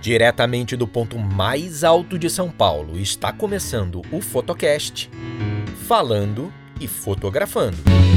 Diretamente do ponto mais alto de São Paulo, está começando o Fotocast, falando e fotografando.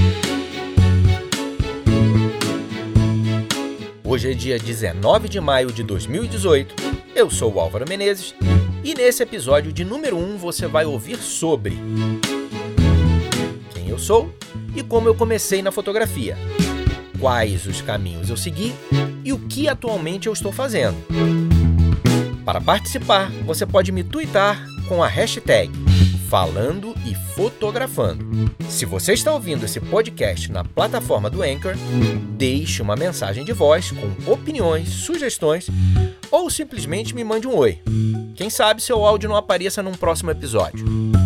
Hoje é dia 19 de maio de 2018, eu sou o Álvaro Menezes e nesse episódio de número 1 você vai ouvir sobre quem eu sou e como eu comecei na fotografia, quais os caminhos eu segui e o que atualmente eu estou fazendo. Para participar, você pode me twittar com a hashtag Falando e Fotografando. Se você está ouvindo esse podcast na plataforma do Anchor, deixe uma mensagem de voz com opiniões, sugestões ou simplesmente me mande um oi. Quem sabe seu áudio não apareça num próximo episódio.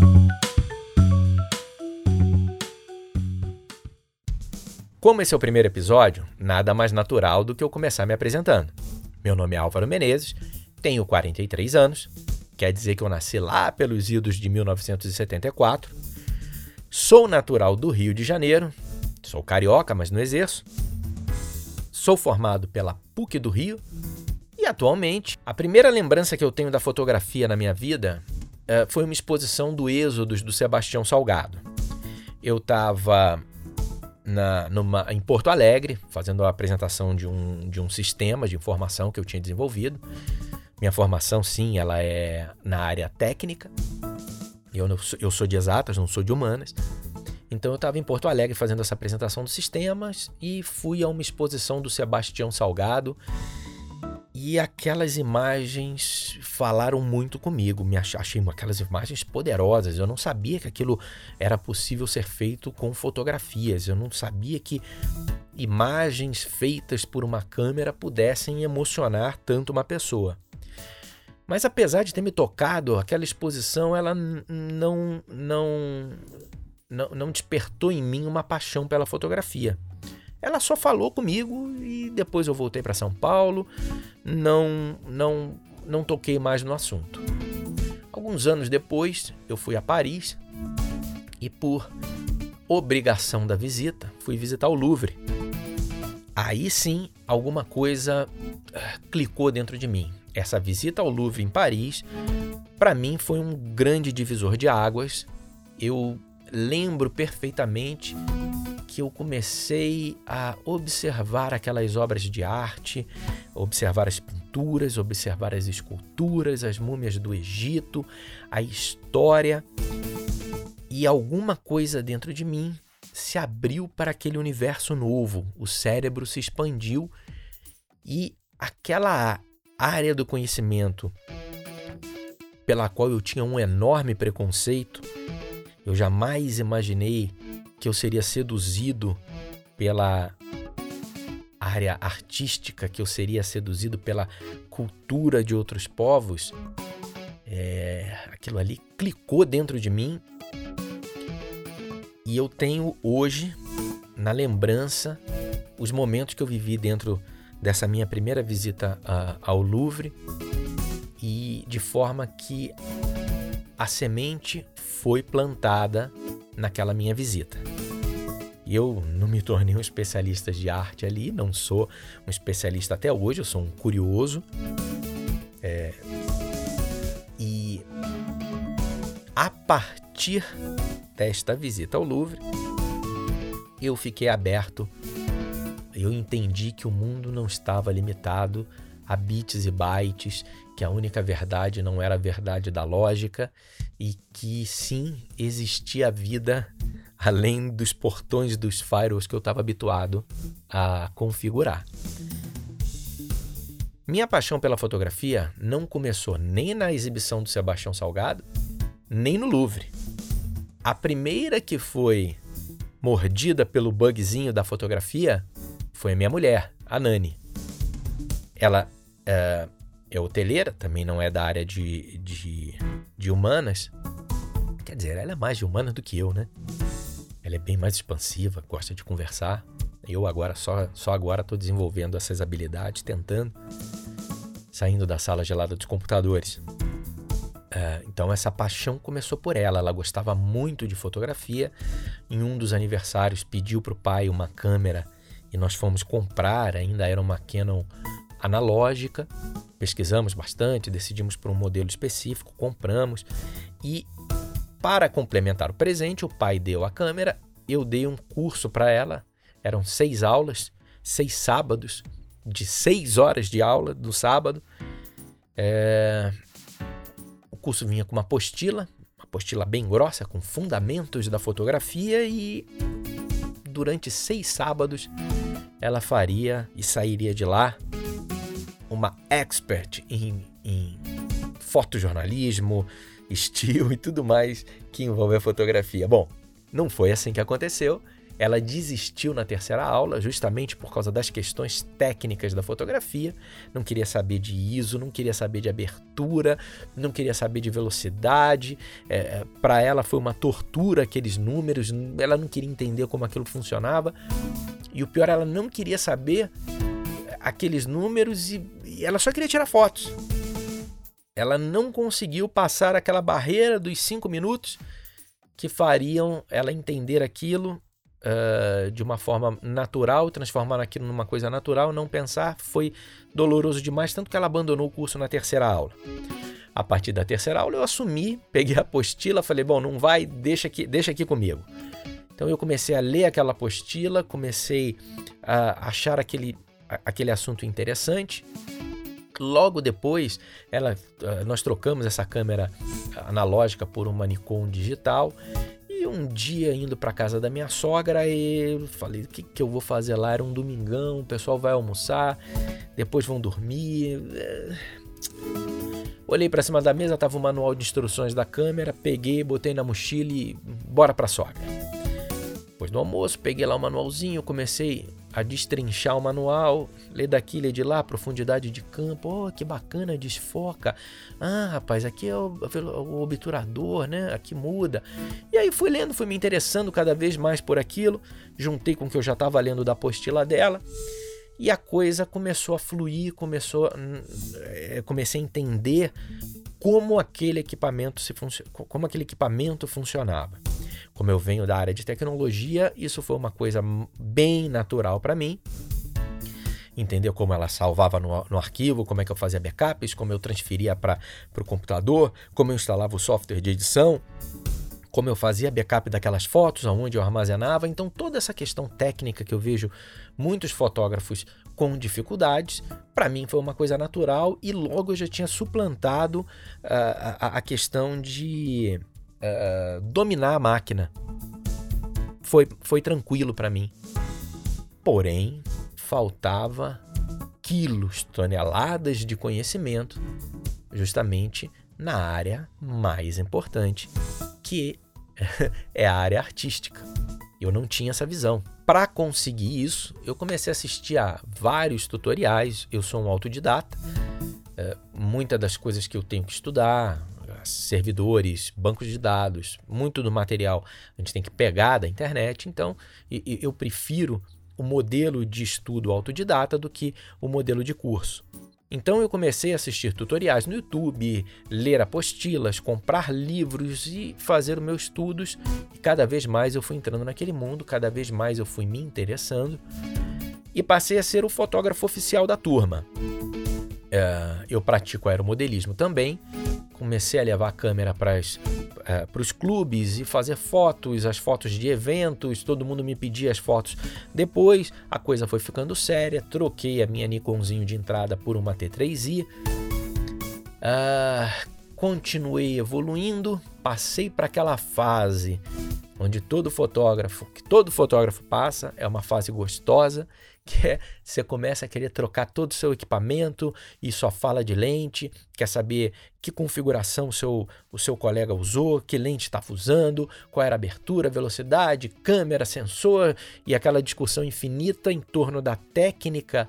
Como esse é o primeiro episódio, nada mais natural do que eu começar me apresentando. Meu nome é Álvaro Menezes, tenho 43 anos, quer dizer que eu nasci lá pelos idos de 1974, sou natural do Rio de Janeiro, sou carioca, mas não exerço, sou formado pela PUC do Rio e atualmente a primeira lembrança que eu tenho da fotografia na minha vida foi uma exposição do Êxodos do Sebastião Salgado. Eu estava em Porto Alegre, fazendo a apresentação de um sistema de informação que eu tinha desenvolvido. Minha formação, sim, ela é na área técnica. Eu sou de exatas, não sou de humanas. Então eu estava em Porto Alegre fazendo essa apresentação dos sistemas e fui a uma exposição do Sebastião Salgado. E aquelas imagens falaram muito comigo, achei aquelas imagens poderosas. Eu não sabia que aquilo era possível ser feito com fotografias. Eu não sabia que imagens feitas por uma câmera pudessem emocionar tanto uma pessoa. Mas apesar de ter me tocado, aquela exposição ela não despertou em mim uma paixão pela fotografia. Ela só falou comigo e depois eu voltei para São Paulo, não toquei mais no assunto. Alguns anos depois, eu fui a Paris e por obrigação da visita, fui visitar o Louvre. Aí sim, alguma coisa clicou dentro de mim. Essa visita ao Louvre em Paris, para mim, foi um grande divisor de águas. Eu lembro perfeitamente que eu comecei a observar aquelas obras de arte, observar as pinturas, observar as esculturas, as múmias do Egito, a história. E alguma coisa dentro de mim se abriu para aquele universo novo. O cérebro se expandiu e aquela área do conhecimento pela qual eu tinha um enorme preconceito, eu jamais imaginei que eu seria seduzido pela área artística, que eu seria seduzido pela cultura de outros povos. Aquilo ali clicou dentro de mim e eu tenho hoje, na lembrança, os momentos que eu vivi dentro dessa minha primeira visita ao Louvre e de forma que a semente foi plantada naquela minha visita. Eu não me tornei um especialista de arte ali, não sou um especialista até hoje, eu sou um curioso. E a partir desta visita ao Louvre, eu fiquei aberto. Eu entendi que o mundo não estava limitado a bits e bytes, que a única verdade não era a verdade da lógica e que sim, existia vida além dos portões dos firewalls que eu estava habituado a configurar. Minha paixão pela fotografia não começou nem na exibição do Sebastião Salgado, nem no Louvre. A primeira que foi mordida pelo bugzinho da fotografia foi a minha mulher, a Nani. Ela é hoteleira, também não é da área de humanas. Quer dizer, ela é mais de humanas do que eu, né? Ela é bem mais expansiva, gosta de conversar. Eu agora, só agora estou desenvolvendo essas habilidades, tentando, saindo da sala gelada dos computadores. Então essa paixão começou por ela. Ela gostava muito de fotografia. Em um dos aniversários pediu para o pai uma câmera e nós fomos comprar, ainda era uma Canon analógica, pesquisamos bastante, decidimos por um modelo específico, compramos e, para complementar o presente, o pai deu a câmera, eu dei um curso para ela, eram 6 aulas, 6 sábados, de 6 horas de aula do sábado. O curso vinha com uma apostila bem grossa, com fundamentos da fotografia, e durante 6 sábados ela faria e sairia de lá uma expert em fotojornalismo, estilo e tudo mais que envolve a fotografia. Bom, não foi assim que aconteceu. Ela desistiu na 3ª aula, justamente por causa das questões técnicas da fotografia. Não queria saber de ISO, não queria saber de abertura, não queria saber de velocidade. Para ela foi uma tortura aqueles números, ela não queria entender como aquilo funcionava. E o pior, ela não queria saber aqueles números e ela só queria tirar fotos. Ela não conseguiu passar aquela barreira dos 5 minutos que fariam ela entender aquilo de uma forma natural, transformar aquilo numa coisa natural, não pensar. Foi doloroso demais, tanto que ela abandonou o curso na 3ª aula. A partir da 3ª aula eu assumi, peguei a apostila, falei, bom, não vai, deixa aqui comigo. Então eu comecei a ler aquela apostila, comecei a achar aquele assunto interessante. Logo depois, nós trocamos essa câmera analógica por uma Nikon digital. E um dia, indo para casa da minha sogra, eu falei, o que eu vou fazer lá? Era um domingão, o pessoal vai almoçar, depois vão dormir. Olhei para cima da mesa, estava o manual de instruções da câmera, peguei, botei na mochila e bora para a sogra. Depois do almoço, peguei lá o manualzinho, comecei a destrinchar o manual, ler daqui, ler de lá, profundidade de campo, que bacana, desfoca. Rapaz, aqui é o obturador, né? Aqui muda. E aí fui lendo, fui me interessando cada vez mais por aquilo, juntei com o que eu já estava lendo da apostila dela, e a coisa começou a fluir, comecei a entender como aquele equipamento funcionava. Como eu venho da área de tecnologia, isso foi uma coisa bem natural para mim. Entender como ela salvava no arquivo, como é que eu fazia backups, como eu transferia para o computador, como eu instalava o software de edição, como eu fazia backup daquelas fotos, aonde eu armazenava. Então toda essa questão técnica que eu vejo muitos fotógrafos com dificuldades, para mim foi uma coisa natural, e logo eu já tinha suplantado a questão de dominar a máquina. Foi tranquilo para mim. Porém, faltava quilos, toneladas de conhecimento justamente na área mais importante, que é a área artística. Eu não tinha essa visão. Para conseguir isso, eu comecei a assistir a vários tutoriais. Eu sou um autodidata. Muitas das coisas que eu tenho que estudar, servidores, bancos de dados, muito do material a gente tem que pegar da internet. Então, eu prefiro o modelo de estudo autodidata do que o modelo de curso. Então eu comecei a assistir tutoriais no YouTube, ler apostilas, comprar livros e fazer os meus estudos. E cada vez mais eu fui entrando naquele mundo, cada vez mais eu fui me interessando e passei a ser o fotógrafo oficial da turma. Eu pratico aeromodelismo também. Comecei a levar a câmera para os clubes e fazer fotos, as fotos de eventos. Todo mundo me pedia as fotos. Depois a coisa foi ficando séria. Troquei a minha Nikonzinho de entrada por uma T3i. Continuei evoluindo. Passei para aquela fase onde todo fotógrafo passa. É uma fase gostosa, que é você começa a querer trocar todo o seu equipamento e só fala de lente, quer saber que configuração o seu colega usou, que lente estava usando, qual era a abertura, velocidade, câmera, sensor, e aquela discussão infinita em torno da técnica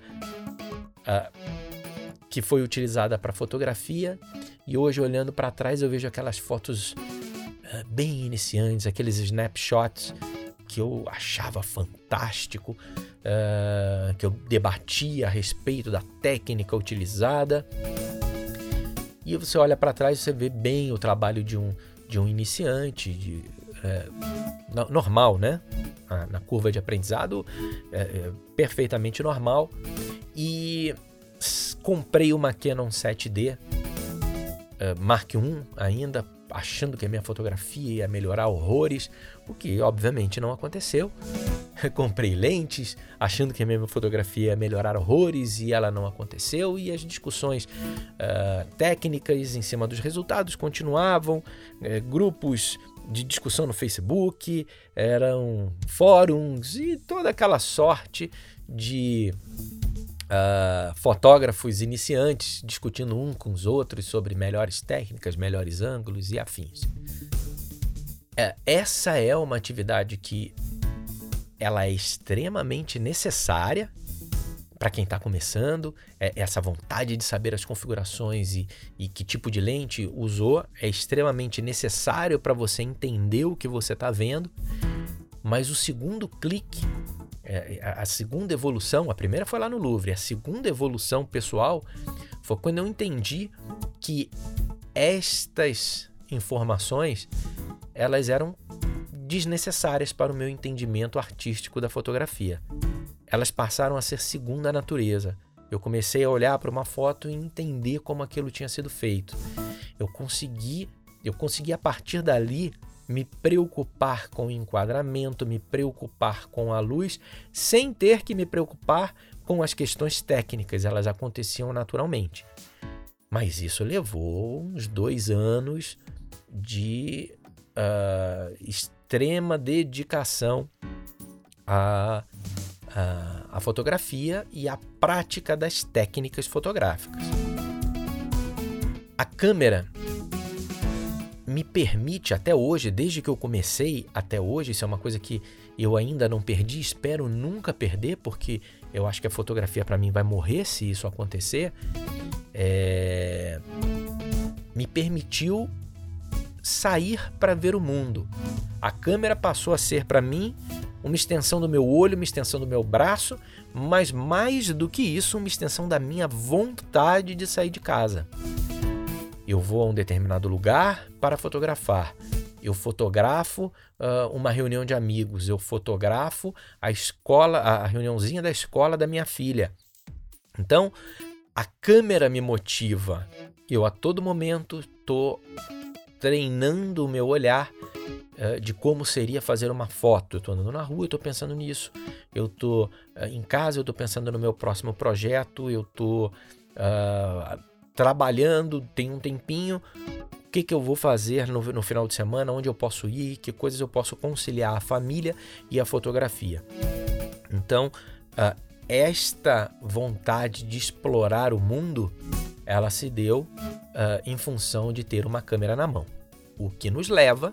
que foi utilizada para fotografia. E hoje, olhando para trás, eu vejo aquelas fotos bem iniciantes, aqueles snapshots que eu achava fantástico, que eu debatia a respeito da técnica utilizada. E você olha para trás e você vê bem o trabalho de um iniciante, normal, né? Na curva de aprendizado, perfeitamente normal. E comprei uma Canon 7D Mark I ainda, achando que a minha fotografia ia melhorar horrores, o que obviamente não aconteceu. Comprei lentes, achando que a minha fotografia ia melhorar horrores e ela não aconteceu, e as discussões técnicas em cima dos resultados continuavam, grupos de discussão no Facebook, eram fóruns e toda aquela sorte de fotógrafos iniciantes discutindo um com os outros sobre melhores técnicas, melhores ângulos e afins. Essa é uma atividade que ela é extremamente necessária para quem está começando. Essa vontade de saber as configurações e que tipo de lente usou é extremamente necessário para você entender o que você está vendo. Mas o segundo clique, a segunda evolução, a primeira foi lá no Louvre, a segunda evolução pessoal foi quando eu entendi que estas informações elas eram desnecessárias para o meu entendimento artístico da fotografia. Elas passaram a ser segunda natureza. Eu comecei a olhar para uma foto e entender como aquilo tinha sido feito. Eu consegui a partir dali me preocupar com o enquadramento, me preocupar com a luz, sem ter que me preocupar com as questões técnicas. Elas aconteciam naturalmente. Mas isso levou uns 2 anos de extrema dedicação à fotografia e à prática das técnicas fotográficas. A câmera me permite até hoje, desde que eu comecei até hoje, isso é uma coisa que eu ainda não perdi, espero nunca perder, porque eu acho que a fotografia para mim vai morrer se isso acontecer, me permitiu sair para ver o mundo. A câmera passou a ser para mim uma extensão do meu olho, uma extensão do meu braço, mas mais do que isso, uma extensão da minha vontade de sair de casa. Eu vou a um determinado lugar para fotografar. Eu fotografo uma reunião de amigos. Eu fotografo a escola, a reuniãozinha da escola da minha filha. Então, a câmera me motiva. Eu a todo momento estou treinando o meu olhar de como seria fazer uma foto. Eu estou andando na rua, eu estou pensando nisso. Eu estou em casa, eu estou pensando no meu próximo projeto. Eu estou trabalhando, tem um tempinho. O que eu vou fazer no final de semana? Onde eu posso ir? Que coisas eu posso conciliar a família e a fotografia? Então, esta vontade de explorar o mundo, ela se deu em função de ter uma câmera na mão. O que nos leva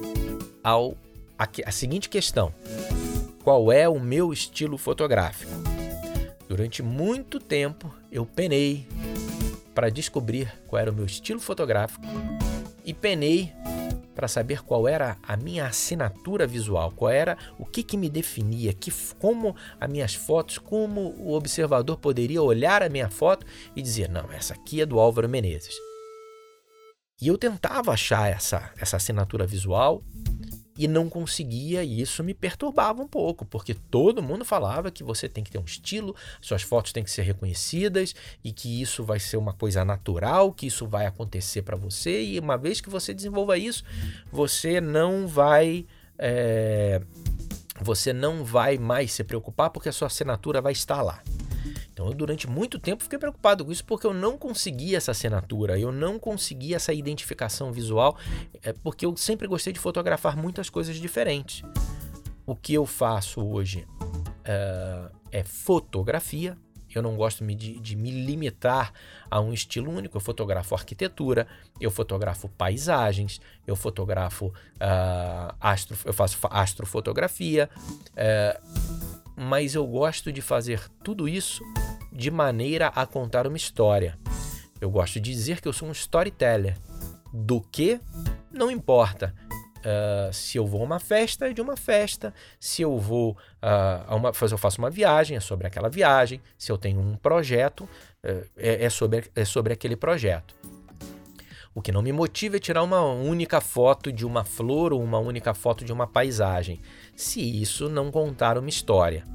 à seguinte questão: qual é o meu estilo fotográfico? Durante muito tempo eu penei para descobrir qual era o meu estilo fotográfico e penei para saber qual era a minha assinatura visual, qual era o que me definia, como as minhas fotos, como o observador poderia olhar a minha foto e dizer, não, essa aqui é do Álvaro Menezes. E eu tentava achar essa assinatura visual e não conseguia, e isso me perturbava um pouco, porque todo mundo falava que você tem que ter um estilo, suas fotos têm que ser reconhecidas e que isso vai ser uma coisa natural, que isso vai acontecer para você, e uma vez que você desenvolva isso, você não vai mais se preocupar porque a sua assinatura vai estar lá. Então, eu durante muito tempo fiquei preocupado com isso porque eu não conseguia essa assinatura, eu não conseguia essa identificação visual, porque eu sempre gostei de fotografar muitas coisas diferentes. O que eu faço hoje é fotografia. Eu não gosto de me limitar a um estilo único. Eu fotografo arquitetura, eu fotografo paisagens, eu fotografo eu faço astrofotografia, mas eu gosto de fazer tudo isso de maneira a contar uma história. Eu gosto de dizer que eu sou um storyteller. Do que? Não importa. Se eu vou a uma festa, é de uma festa. Se eu vou eu faço uma viagem, é sobre aquela viagem. Se eu tenho um projeto, é sobre aquele projeto. O que não me motiva é tirar uma única foto de uma flor ou uma única foto de uma paisagem, se isso não contar uma história.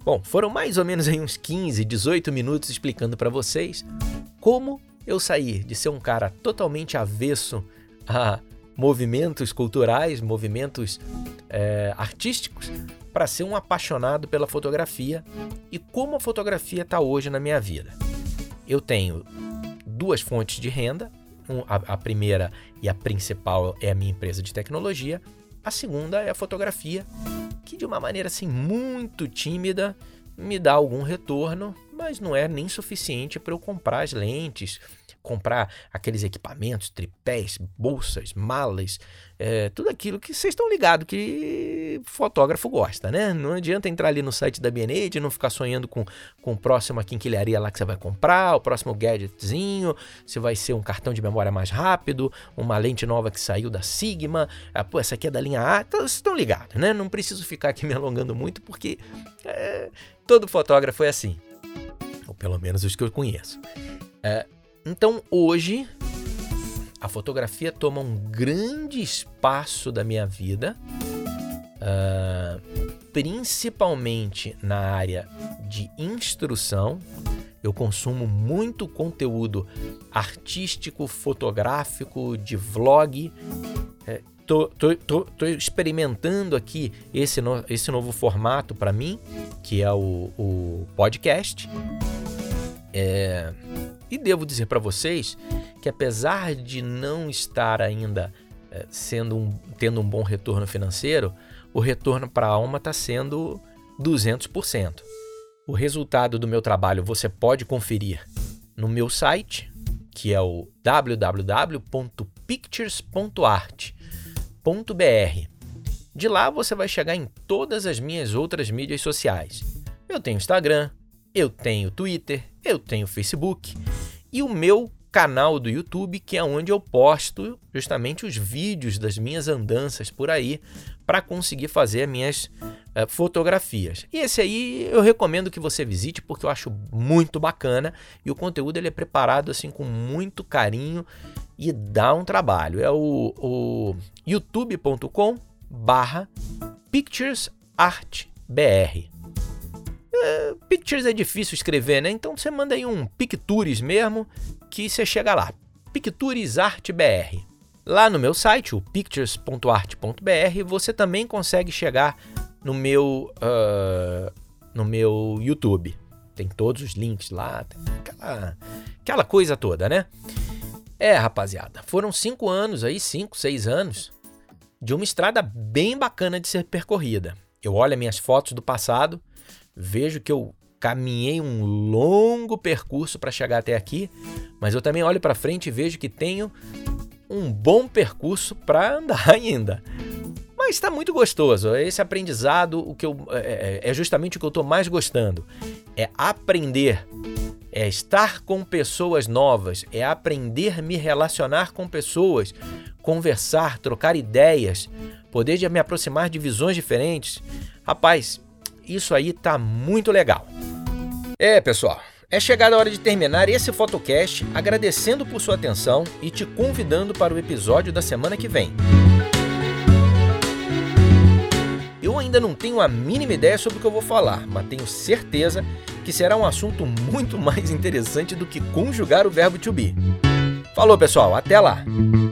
Bom, foram mais ou menos aí uns 15, 18 minutos explicando para vocês como eu saí de ser um cara totalmente avesso a movimentos culturais, movimentos artísticos, para ser um apaixonado pela fotografia e como a fotografia está hoje na minha vida. Eu tenho 2 fontes de renda. A primeira e a principal é a minha empresa de tecnologia. A segunda é a fotografia, que de uma maneira assim muito tímida me dá algum retorno, mas não é nem suficiente para eu comprar as lentes, comprar aqueles equipamentos, tripés, bolsas, malas, tudo aquilo que vocês estão ligados que fotógrafo gosta, né? Não adianta entrar ali no site da B&H e não ficar sonhando com a próxima quinquilharia lá que você vai comprar, o próximo gadgetzinho, se vai ser um cartão de memória mais rápido, uma lente nova que saiu da Sigma, essa aqui é da linha A, vocês estão ligados, né? Não preciso ficar aqui me alongando muito porque todo fotógrafo é assim, ou pelo menos os que eu conheço. Então hoje a fotografia toma um grande espaço da minha vida, principalmente na área de instrução. Eu consumo muito conteúdo artístico, fotográfico, de vlog. Tô experimentando aqui esse novo formato para mim, que é o podcast. E devo dizer para vocês que apesar de não estar ainda tendo um bom retorno financeiro, o retorno para a alma está sendo 200%. O resultado do meu trabalho você pode conferir no meu site, que é o www.pictures.art.br. De lá você vai chegar em todas as minhas outras mídias sociais. Eu tenho Instagram, eu tenho Twitter, eu tenho Facebook e o meu canal do YouTube, que é onde eu posto justamente os vídeos das minhas andanças por aí para conseguir fazer as minhas fotografias. E esse aí eu recomendo que você visite porque eu acho muito bacana e o conteúdo ele é preparado assim com muito carinho e dá um trabalho. É o youtube.com/picturesartbr. Pictures é difícil escrever, né? Então você manda aí um Pictures mesmo, que você chega lá. Pictures Art BR. Lá no meu site, o pictures.art.br, você também consegue chegar no meu YouTube. Tem todos os links lá, tem aquela coisa toda, né? Rapaziada, foram 5 anos aí, 5, 6 anos, de uma estrada bem bacana de ser percorrida. Eu olho minhas fotos do passado, vejo que eu caminhei um longo percurso para chegar até aqui, mas eu também olho para frente e vejo que tenho um bom percurso para andar ainda. Mas está muito gostoso. Esse aprendizado, é justamente o que eu estou mais gostando. É aprender, é estar com pessoas novas, é aprender a me relacionar com pessoas, conversar, trocar ideias, poder me aproximar de visões diferentes. Rapaz, isso aí tá muito legal. Pessoal, é chegada a hora de terminar esse Fotocast agradecendo por sua atenção e te convidando para o episódio da semana que vem. Eu ainda não tenho a mínima ideia sobre o que eu vou falar, mas tenho certeza que será um assunto muito mais interessante do que conjugar o verbo to be. Falou, pessoal, até lá!